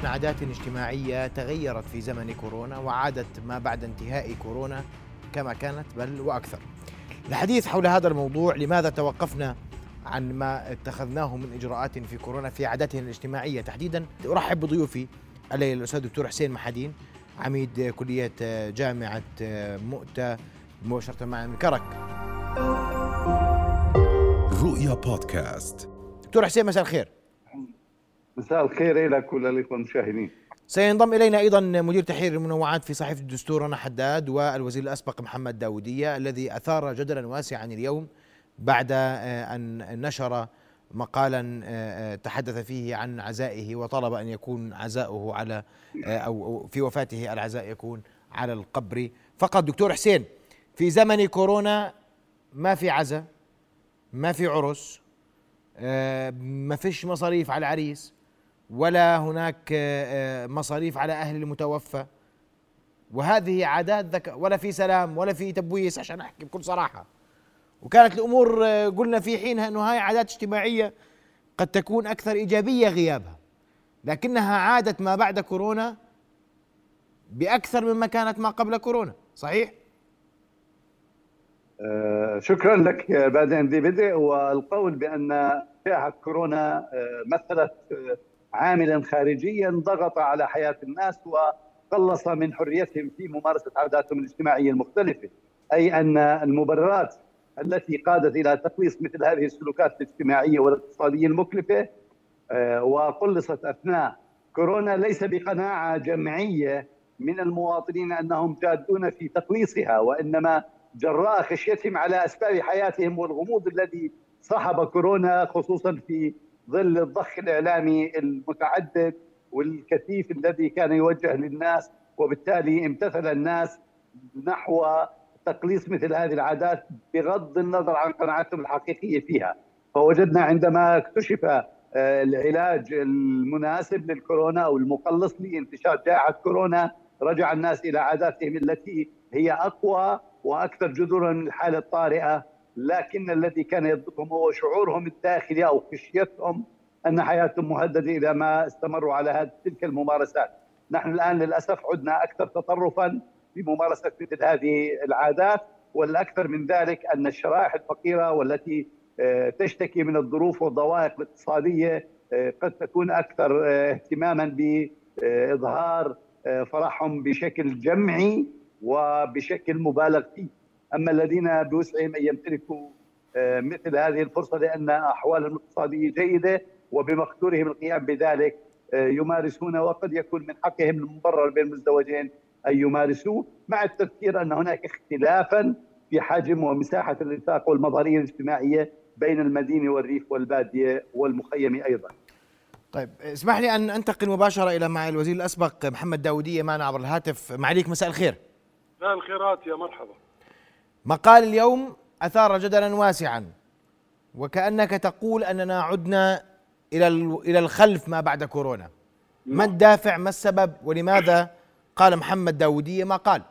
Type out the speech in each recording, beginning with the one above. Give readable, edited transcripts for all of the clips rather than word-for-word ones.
شفنا عادات اجتماعية تغيرت في زمن كورونا وعادت ما بعد انتهاء كورونا كما كانت بل وأكثر. الحديث حول هذا الموضوع، لماذا توقفنا عن ما اتخذناه من إجراءات في كورونا في عاداتنا الاجتماعية تحديدا. أرحب بضيوفي الليلة الأستاذ الدكتور حسين محدين، عميد كلية جامعة مؤتة مباشرة معنا من كرك. رؤيا بودكاست. دكتور حسين، مساء الخير. مساء الخير لك وللإخوة المشاهدين. سينضم إلينا أيضا مدير تحرير المنوعات في صحيفة الدستور رنا حداد، والوزير الأسبق محمد داودية، الذي أثار جدلا واسعا اليوم بعد أن نشر مقالا تحدث فيه عن عزائه وطلب أن يكون عزاؤه على أو في وفاته العزاء يكون على القبر فقط. دكتور حسين، في زمن كورونا ما في عزاء، ما في عرس، ما فيش مصاريف على العريس، ولا هناك مصاريف على أهل المتوفى، وهذه عادات ولا في سلام ولا في تبويس، عشان أحكي بكل صراحة. وكانت الأمور قلنا في حينها أنه هاي عادات اجتماعية قد تكون أكثر إيجابية غيابها، لكنها عادت ما بعد كورونا بأكثر مما كانت ما قبل كورونا. صحيح؟ شكرا لك. بعدين ذي بدء والقول بأن جائحة كورونا مثلت عاملا خارجيا ضغط على حياة الناس وقلص من حريتهم في ممارسة عاداتهم الاجتماعية المختلفة، أي أن المبررات التي قادت إلى تقليص مثل هذه السلوكات الاجتماعية والاقتصادية المكلفة وقلصت أثناء كورونا ليس بقناعة جمعية من المواطنين أنهم جادون في تقليصها، وإنما جراء خشيتهم على أسباب حياتهم والغموض الذي صاحب كورونا، خصوصا في ظل الضخ الإعلامي المتعدد والكثيف الذي كان يوجه للناس، وبالتالي امتثل الناس نحو تقليص مثل هذه العادات بغض النظر عن قناعتهم الحقيقية فيها. فوجدنا عندما اكتشف العلاج المناسب للكورونا أو المقلص لانتشار جائحة كورونا، رجع الناس إلى عاداتهم التي هي أقوى وأكثر جذورا من الحالة الطارئة، لكن الذي كان يضبطهم هو شعورهم الداخلي أو خشيتهم أن حياتهم مهددة إذا ما استمروا على تلك الممارسات. نحن الآن للأسف عدنا أكثر تطرفا في ممارسة مثل هذه العادات، والأكثر من ذلك أن الشرائح الفقيرة والتي تشتكي من الظروف والضوائق الاقتصادية قد تكون أكثر اهتماما بإظهار فرحهم بشكل جمعي وبشكل مبالغ فيه. أما الذين بوسعهم أن يمتلكوا مثل هذه الفرصة لأن أحوالهم الاقتصادية جيدة وبمقدورهم القيام بذلك يمارسون، وقد يكون من حقهم المبرر بين المزدوجين أن يمارسوه، مع التذكير أن هناك اختلافا في حجم ومساحة الإنفاق والمظهرية الاجتماعية بين المدينة والريف والبادية والمخيم أيضا. طيب، اسمح لي أن أنتقل مباشرة إلى مع الوزير الأسبق محمد داودية معنا عبر الهاتف. معليك، مساء الخير. مساء الخيرات، يا مرحبا. مقال اليوم أثار جدلا واسعا، وكأنك تقول أننا عدنا إلى الخلف ما بعد كورونا. ما الدافع، ما السبب، ولماذا قال محمد داودية ما قال؟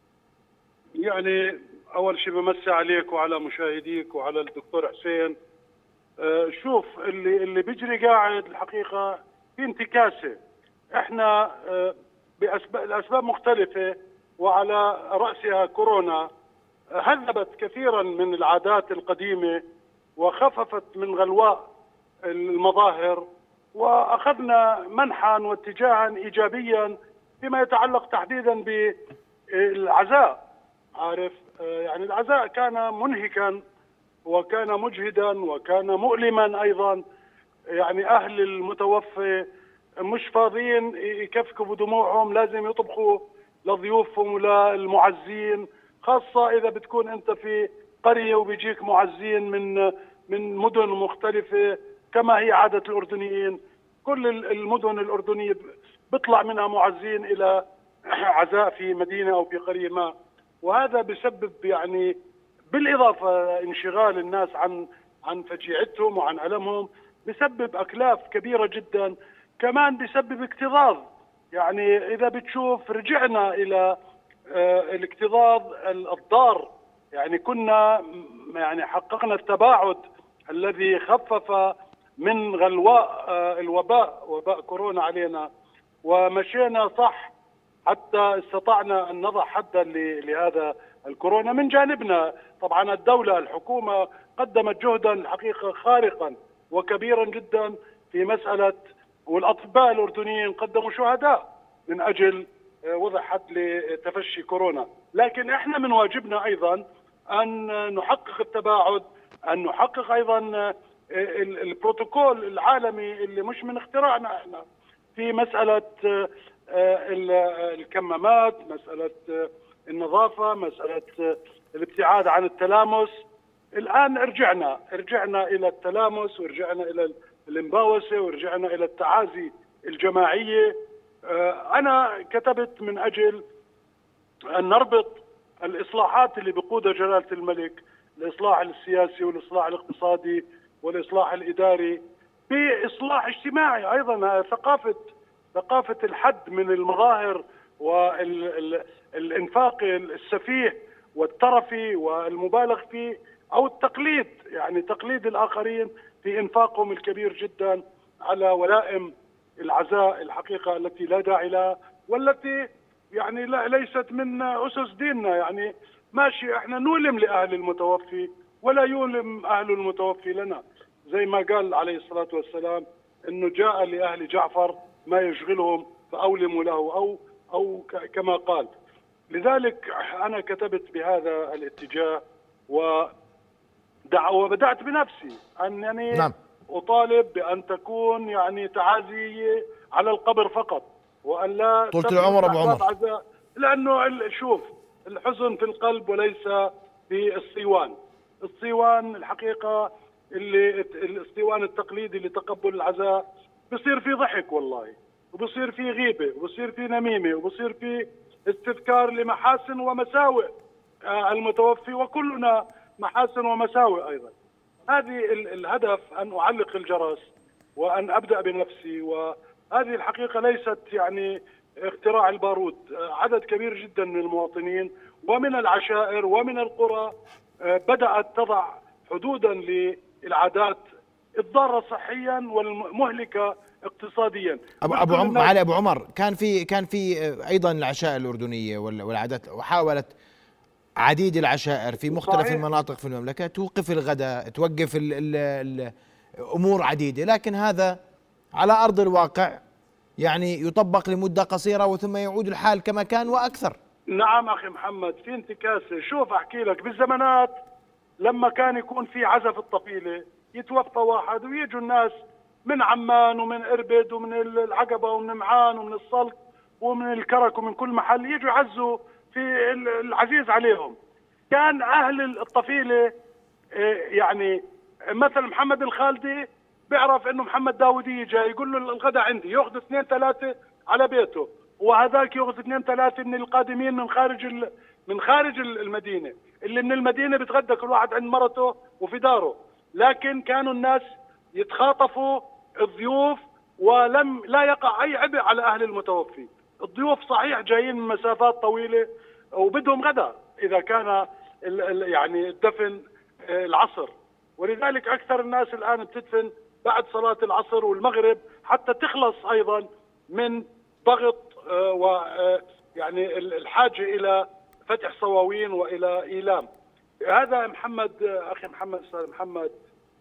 يعني أول شيء بمسي عليك وعلى مشاهديك وعلى الدكتور حسين. شوف، اللي بيجري قاعد الحقيقة في انتكاسة. احنا بأسباب مختلفة وعلى رأسها كورونا هذبت كثيرا من العادات القديمة وخففت من غلواء المظاهر، وأخذنا منحا واتجاها إيجابيا فيما يتعلق تحديدا بالعزاء. عارف، يعني العزاء كان منهكا وكان مجهدا وكان مؤلما أيضا. يعني أهل المتوفى مش فاضيين يكفكوا بدموعهم، لازم يطبخوا لضيوفهم وللمعزين، خاصة إذا بتكون أنت في قرية وبيجيك معزين من مدن مختلفة كما هي عادة الأردنيين. كل المدن الأردنية بيطلع منها معزين إلى عزاء في مدينة أو في قرية ما، وهذا بسبب يعني بالإضافة انشغال الناس عن فجيعتهم وعن ألمهم، بسبب أكلاف كبيرة جدا، كمان بسبب اكتظاظ. يعني إذا بتشوف رجعنا إلى الاكتظاظ الضار، يعني كنا يعني حققنا التباعد الذي خفف من غلواء الوباء، وباء كورونا علينا. ومشينا صح حتى استطعنا أن نضع حدا لهذا الكورونا. من جانبنا طبعا الدولة الحكومة قدمت جهدا حقيقة خارقا وكبيرا جدا في مسألة، والأطباء الأردنيين قدموا شهداء من أجل وضع حد لتفشي كورونا. لكن احنا من واجبنا أيضا أن نحقق التباعد، أن نحقق أيضا البروتوكول العالمي اللي مش من اختراعنا احنا في مسألة الكمامات، مسألة النظافة، مسألة الابتعاد عن التلامس. الآن رجعنا إلى التلامس، ورجعنا إلى المباوسة، ورجعنا إلى التعازي الجماعية. أنا كتبت من أجل أن نربط الإصلاحات اللي بقودها جلالة الملك، الإصلاح السياسي والإصلاح الاقتصادي والإصلاح الإداري، بإصلاح اجتماعي أيضا. ثقافة الحد من المظاهر والإنفاق السفيه والترفي والمبالغ فيه، أو التقليد، يعني تقليد الآخرين في إنفاقهم الكبير جدا على ولائم العزاء الحقيقة التي لا داعي لها، والتي يعني ليست من أسس ديننا. يعني ماشي احنا نؤلم لأهل المتوفي ولا يؤلم أهل المتوفي لنا، زي ما قال عليه الصلاة والسلام انه جاء لأهل جعفر ما يشغلهم فأولموا له، أو كما قال. لذلك أنا كتبت بهذا الاتجاه وبدأت بنفسي أنني نعم. أطالب بأن تكون يعني تعازي على القبر فقط، وأن لا طولة العمر أبو عمر، لأنه شوف الحزن في القلب وليس في الصيوان. الصيوان الحقيقة الصيوان التقليدي لتقبل العزاء بصير في ضحك والله، وبصير في غيبة، وبصير في نميمة، وبصير في استذكار لمحاسن ومساوئ المتوفي، وكلنا محاسن ومساوئ أيضا. هذه الهدف أن أعلق الجرس وأن أبدأ بنفسي، وهذه الحقيقة ليست يعني اختراع البارود. عدد كبير جدا من المواطنين ومن العشائر ومن القرى بدأت تضع حدودا للعادات الضارة صحيا والمهلكة اقتصاديا. معالي أبو عمر، كان في أيضا العشائر الأردنية والعادات، وحاولت عديد العشائر في مختلف صحيح. المناطق في المملكة توقف الغداء، توقف أمور عديدة، لكن هذا على أرض الواقع يعني يطبق لمدة قصيرة وثم يعود الحال كما كان وأكثر. نعم أخي محمد، في انتكاسة. شوف أحكي لك، بالزمانات لما كان يكون في عزف الطفيلة يتوفى واحد ويجوا الناس من عمان ومن إربد ومن العقبة ومن معان ومن السلط ومن الكرك ومن كل محل يجوا يعزوا في العزيز عليهم. كان أهل الطفيلة يعني مثلا محمد الخالدي بيعرف إنه محمد داودي جاي، يقول له الغداء عندي، يأخذ 2-3 على بيته، وهذاك يأخذ 2-3 من القادمين من خارج المدينة، اللي من المدينة بتغدى كل واحد عند مرته وفي داره. لكن كانوا الناس يتخاطفوا الضيوف لا يقع أي عبء على أهل المتوفي. الضيوف صحيح جايين من مسافات طويلة وبدهم غدا إذا كان يعني الدفن العصر، ولذلك أكثر الناس الآن بتدفن بعد صلاة العصر والمغرب حتى تخلص أيضا من ضغط ويعني الحاجة إلى فتح صواوين وإلى إيلام. هذا محمد أخي محمد أستاذ محمد،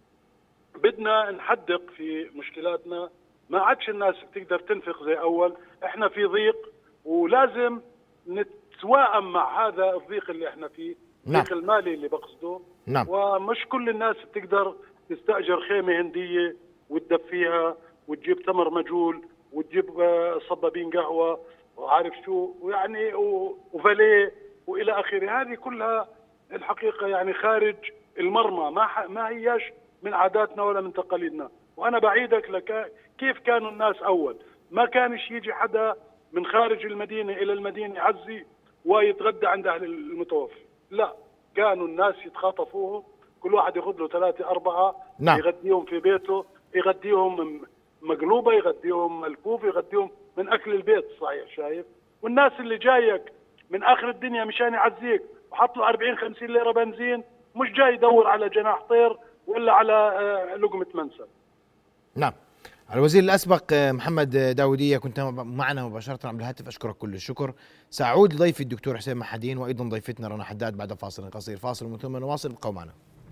بدنا نحدق في مشكلاتنا. ما عادش الناس بتقدر تنفق زي أول، احنا في ضيق ولازم نتواءم مع هذا الضيق اللي احنا فيه. نعم. الضيق المالي اللي بقصده. نعم. ومش كل الناس بتقدر تستأجر خيمة هندية وتدفيها وتجيب تمر مجول وتجيب صبابين قهوة وعارف شو ويعني وفاليه وإلى آخره. هذه كلها الحقيقة يعني خارج المرمى، ما هياش من عاداتنا ولا من تقاليدنا. وأنا بعيدك كيف كانوا الناس أول. ما كانش يجي حدا من خارج المدينة إلى المدينة يعزي ويتغدى عند أهل المتوفي، لا، كانوا الناس يتخاطفوهم، كل واحد ياخذ له 3-4. نعم. يغديهم في بيته، يغديهم مقلوبة، يغديهم ملفوف، يغديهم من أكل البيت. صحيح شايف؟ والناس اللي جايك من آخر الدنيا مشان يعزيك وحط له 40-50 ليرة بنزين، مش جاي يدور على جناح طير ولا على لقمة منسف. نعم. الوزير الأسبق محمد داودية، كنت معنا مباشرة عبر الهاتف، أشكرك كل الشكر. سأعود لضيفي الدكتور حسين محدين وأيضا ضيفتنا رنا حداد بعد فاصل قصير. فاصل ومن ثم نواصل، ابقوا معنا.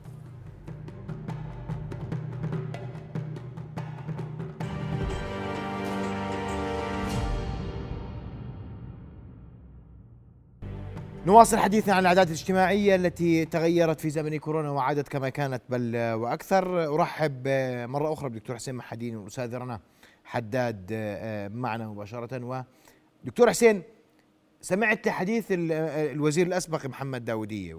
نواصل حديثنا عن العادات الاجتماعية التي تغيرت في زمن كورونا وعادت كما كانت بل وأكثر. أرحب مرة أخرى بالدكتور حسين محدين والأستاذ رنا حداد معنا مباشرة. ودكتور حسين، سمعت حديث الوزير الأسبق محمد داودية،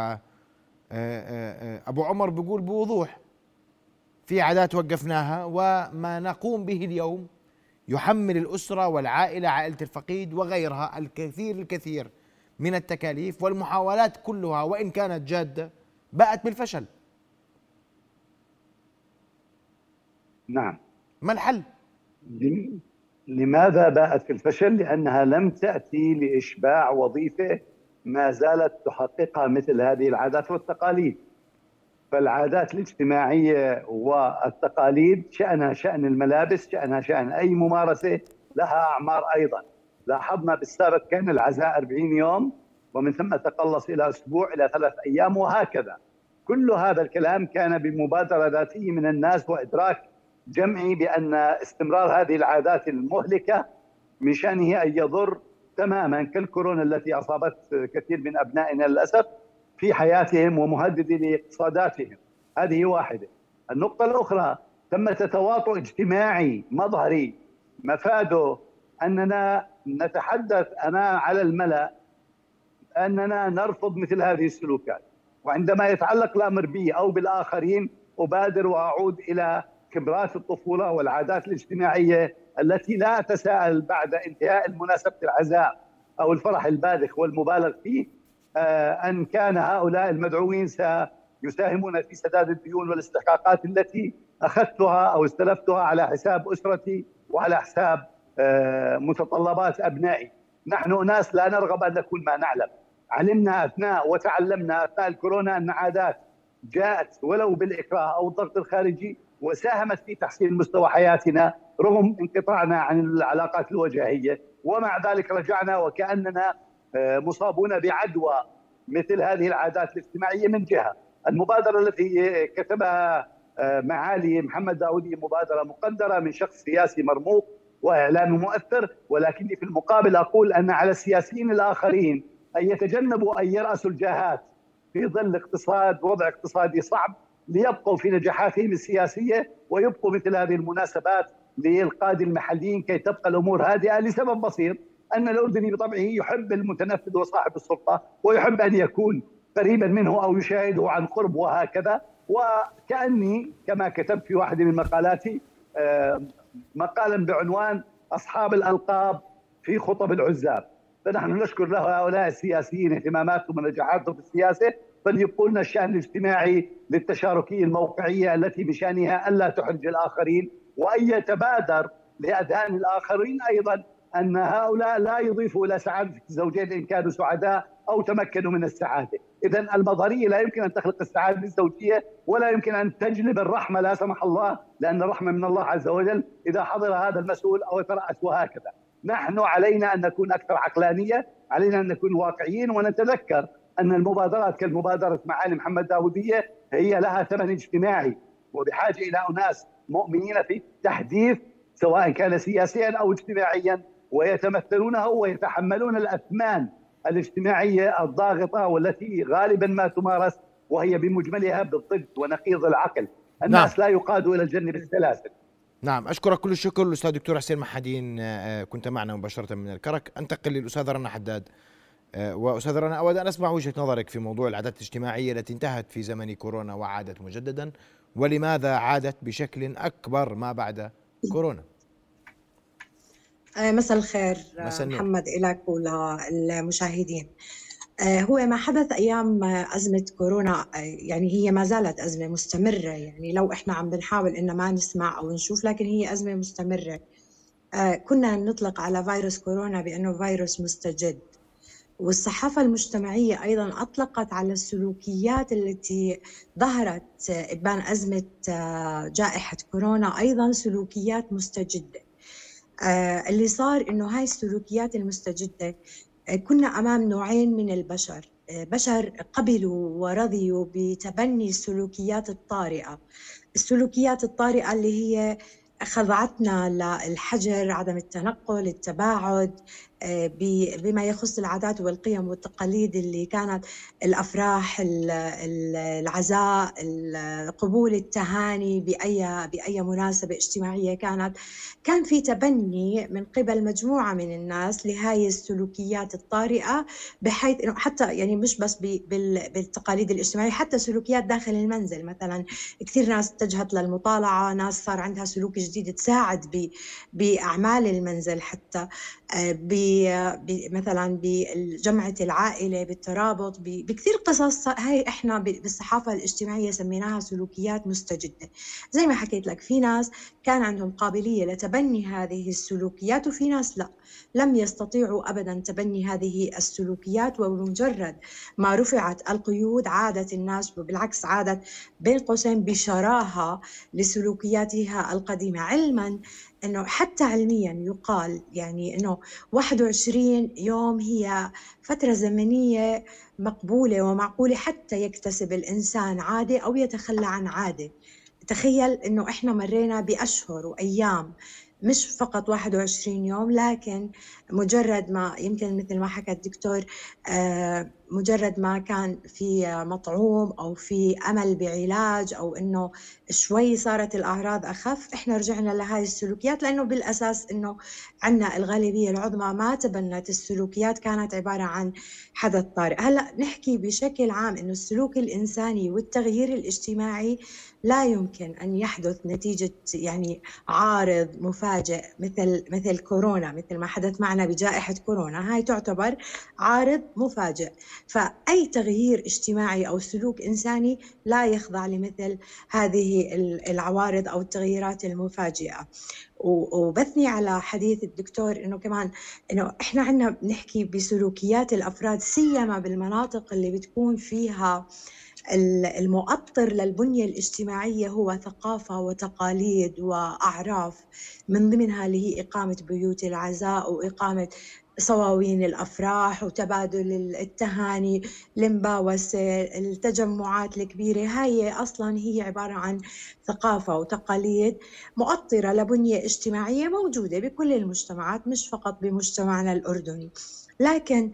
وأبو عمر بيقول بوضوح في عادات وقفناها، وما نقوم به اليوم يحمل الأسرة والعائلة، عائلة الفقيد وغيرها الكثير من التكاليف، والمحاولات كلها وإن كانت جادة باءت بالفشل. نعم. ما الحل؟ لماذا باءت في الفشل؟ لأنها لم تأتي لإشباع وظيفة ما زالت تحققها مثل هذه العادات والتقاليد. فالعادات الاجتماعية والتقاليد شأنها شأن الملابس، شأنها شأن أي ممارسة لها أعمار أيضا. لاحظنا بالسابق كان العزاء 40 يوم، ومن ثم تقلص إلى أسبوع إلى 3 أيام، وهكذا. كل هذا الكلام كان بمبادرة ذاتية من الناس وإدراك جمعي بأن استمرار هذه العادات المهلكة من شأنه أن يضر تماما كالكورونا التي أصابت كثير من أبنائنا للأسف في حياتهم ومهددة لاقتصاداتهم. هذه واحدة. النقطة الأخرى، ثمة تواطؤ اجتماعي مظهري مفاده أننا نتحدث أمام على الملأ أننا نرفض مثل هذه السلوكات، وعندما يتعلق الأمر بي أو بالآخرين أبادر وأعود إلى خبرات الطفولة والعادات الاجتماعية التي لا أتساءل بعد انتهاء المناسبة العزاء أو الفرح الباذخ والمبالغ فيه أن كان هؤلاء المدعوين سيساهمون في سداد الديون والاستحقاقات التي أخذتها أو استلفتها على حساب أسرتي وعلى حساب متطلبات أبنائي. نحن أناس لا نرغب أن نكون ما نعلم. علمنا أثناء وتعلمنا أثناء الكورونا أن عادات جاءت ولو بالإكراه أو الضغط الخارجي وساهمت في تحسين مستوى حياتنا رغم انقطاعنا عن العلاقات الوجاهية، ومع ذلك رجعنا وكأننا مصابون بعدوى مثل هذه العادات الاجتماعية. من جهة المبادرة التي كتبها معالي محمد داودي مبادرة مقدرة من شخص سياسي مرموق وإعلامي مؤثر، ولكني في المقابل أقول أن على السياسيين الآخرين أن يتجنبوا أن يرأسوا الجهات في ظل وضع اقتصادي صعب ليبقوا في نجاحاتهم السياسية ويبقوا مثل هذه المناسبات للقادة المحليين كي تبقى الأمور هادئة، لسبب بسيط أن الأردني بطبعه يحب المتنفذ وصاحب السلطة ويحب أن يكون قريبا منه أو يشاهده عن قرب وهكذا. وكأني كما كتبت في واحدة من مقالاتي مقالا بعنوان أصحاب الألقاب في خطب العزاب، فنحن نشكر له هؤلاء السياسيين اهتماماتهم ونجاحاتهم في السياسة، فليبقوا لنا الشأن الاجتماعي للتشاركية الموقعية التي بشأنها ألا تحرج الآخرين، وأن يتبادر لأذهان الآخرين أيضا أن هؤلاء لا يضيفوا إلى سعادة الزوجين إن كانوا سعداء أو تمكنوا من السعادة. إذن المظهرية لا يمكن أن تخلق السعادة الزوجية ولا يمكن أن تجلب الرحمة لا سمح الله، لأن الرحمة من الله عز وجل إذا حضر هذا المسؤول أو يترأس وهكذا. نحن علينا أن نكون أكثر عقلانية، علينا أن نكون واقعيين ونتذكر أن المبادرات كالمبادرة معالي محمد داودية هي لها ثمن اجتماعي، وبحاجة إلى أناس مؤمنين في التحديث سواء كان سياسيا أو اجتماعيا ويتمثلونه ويتحملون الأثمان الاجتماعية الضاغطة والتي غالبا ما تمارس وهي بمجملها بالضد ونقيض العقل. الناس لا يقادوا إلى الجنة بالسلاسل. نعم، أشكرك كل الشكر الأستاذ دكتور حسين محدين، كنت معنا مباشرة من الكرك. أنتقل للأستاذ رنا حداد. وأستاذ رنا، أود أن أسمع وجهة نظرك في موضوع العادات الاجتماعية التي انتهت في زمن كورونا وعادت مجددا، ولماذا عادت بشكل أكبر ما بعد كورونا؟ مساء الخير محمد إلك وللمشاهدين. هو ما حدث أيام أزمة كورونا يعني هي ما زالت أزمة مستمرة، يعني لو إحنا عم بنحاول إن ما نسمع أو نشوف، لكن هي أزمة مستمرة. كنا نطلق على فيروس كورونا بأنه فيروس مستجد، والصحافة المجتمعية أيضاً أطلقت على السلوكيات التي ظهرت إبان أزمة جائحة كورونا أيضاً سلوكيات مستجدة. اللي صار إنه هاي السلوكيات المستجدة كنا أمام نوعين من البشر، بشر قبلوا ورضيوا بتبني السلوكيات الطارئة. السلوكيات الطارئة اللي هي خضعتنا للحجر، عدم التنقل، التباعد، بما يخص العادات والقيم والتقاليد اللي كانت الأفراح، العزاء، قبول التهاني بأي مناسبة اجتماعية كان في تبني من قبل مجموعة من الناس لهاي السلوكيات الطارئة، بحيث إنه حتى يعني مش بس بالتقاليد الاجتماعية، حتى سلوكيات داخل المنزل. مثلا كثير ناس اتجهت للمطالعة، ناس صار عندها سلوك جديد تساعد بأعمال المنزل، حتى مثلا بجمعة العائلة، بالترابط، بكثير قصص. هاي احنا بالصحافة الاجتماعية سميناها سلوكيات مستجدة. زي ما حكيت لك، في ناس كان عندهم قابلية لتبني هذه السلوكيات، وفي ناس لا، لم يستطيعوا أبدا تبني هذه السلوكيات، وبمجرد ما رفعت القيود عادت الناس، بالعكس عادت بين قوسين بشراهة لسلوكياتها القديمة، علما أنه حتى علميا يقال يعني أنه 21 يوم هي فترة زمنية مقبولة ومعقولة حتى يكتسب الإنسان عادة أو يتخلى عن عادة. تخيل أنه إحنا مرينا بأشهر وأيام، مش فقط 21 يوم، لكن مجرد ما يمكن مثل ما حكى الدكتور، مجرد ما كان في مطعوم أو في أمل بعلاج أو إنه شوي صارت الأعراض أخف، إحنا رجعنا لهاي السلوكيات، لأنه بالأساس إنه عنا الغالبية العظمى ما تبنت السلوكيات، كانت عبارة عن حدث طارئ. هلأ نحكي بشكل عام إنه السلوك الإنساني والتغيير الاجتماعي لا يمكن أن يحدث نتيجة يعني عارض مفاجئ مثل كورونا، مثل ما حدث معنا بجائحة كورونا. هاي تعتبر عارض مفاجئ، فأي تغيير اجتماعي أو سلوك إنساني لا يخضع لمثل هذه العوارض أو التغييرات المفاجئة. وبثني على حديث الدكتور إنه كمان إنه إحنا عنا بنحكي بسلوكيات الأفراد، سيما بالمناطق اللي بتكون فيها المؤطر للبنية الاجتماعية هو ثقافة وتقاليد وأعراف، من ضمنها اللي هي إقامة بيوت العزاء وإقامة صواوين الأفراح وتبادل التهاني، المباوسة، التجمعات الكبيرة. هاي أصلاً هي عبارة عن ثقافة وتقاليد مؤطرة لبنية اجتماعية موجودة بكل المجتمعات، مش فقط بمجتمعنا الأردني. لكن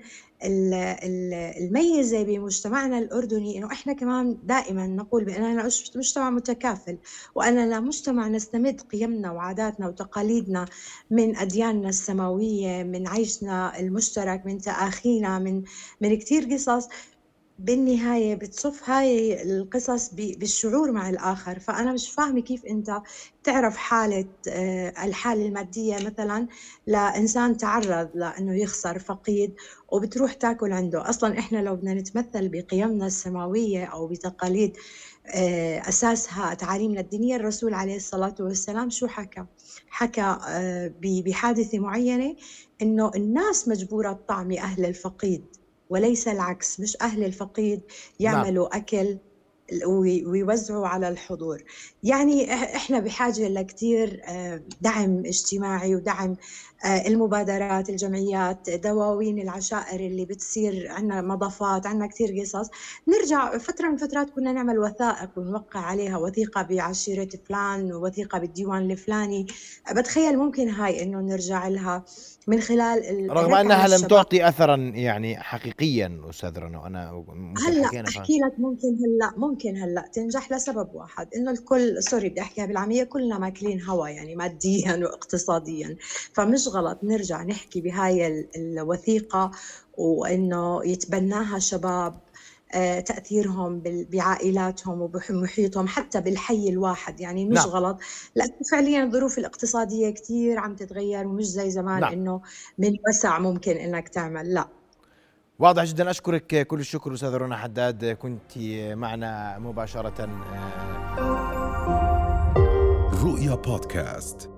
الميزة بمجتمعنا الأردني إنه إحنا كمان دائما نقول بأننا مجتمع متكافل، وأننا مجتمع نستمد قيمنا وعاداتنا وتقاليدنا من أدياننا السماوية، من عيشنا المشترك، من تآخينا، من كتير قصص. بالنهاية بتصف هاي القصص بالشعور مع الآخر. فأنا مش فاهمة كيف أنت تعرف الحالة المادية مثلا لإنسان تعرض لأنه يخسر فقيد وبتروح تاكل عنده. أصلا إحنا لو بدنا نتمثل بقيمنا السماوية أو بتقاليد أساسها تعاليمنا الدينية، الرسول عليه الصلاة والسلام شو حكى بحادثة معينة إنه الناس مجبورة تطعم أهل الفقيد وليس العكس، مش أهل الفقيد يعملوا أكل ويوزعوا على الحضور. يعني إحنا بحاجة لكتير دعم اجتماعي ودعم المبادرات، الجمعيات، دواوين العشائر اللي بتصير عنا، مضافات، عنا كتير قصص. نرجع فترة من فترات كنا نعمل وثائق ونوقع عليها وثيقة بعشيرة فلان ووثيقة بالديوان الفلاني. بتخيل ممكن هاي إنه نرجع لها من خلال رغم أنها لم تعطي أثرا يعني حقيقيا أستاذ رنا. أنا هلا أحكي لك ممكن هلا تنجح لسبب واحد، إنه الكل سوري بدي أحكيها بالعامية، كلنا ماكلين هوا يعني ماديا واقتصاديا. فمش غلط نرجع نحكي بهاي الوثيقة وإنه يتبناها شباب، تأثيرهم بعائلاتهم وبمحيطهم، حتى بالحي الواحد. يعني مش غلط، لأنه فعليا الظروف الاقتصادية كتير عم تتغير ومش زي زمان إنه من وسع ممكن إنك تعمل. لا، واضح جدا. أشكرك كل الشكر أستاذ رنا حداد، كنت معنا مباشرة. رؤيا بودكاست.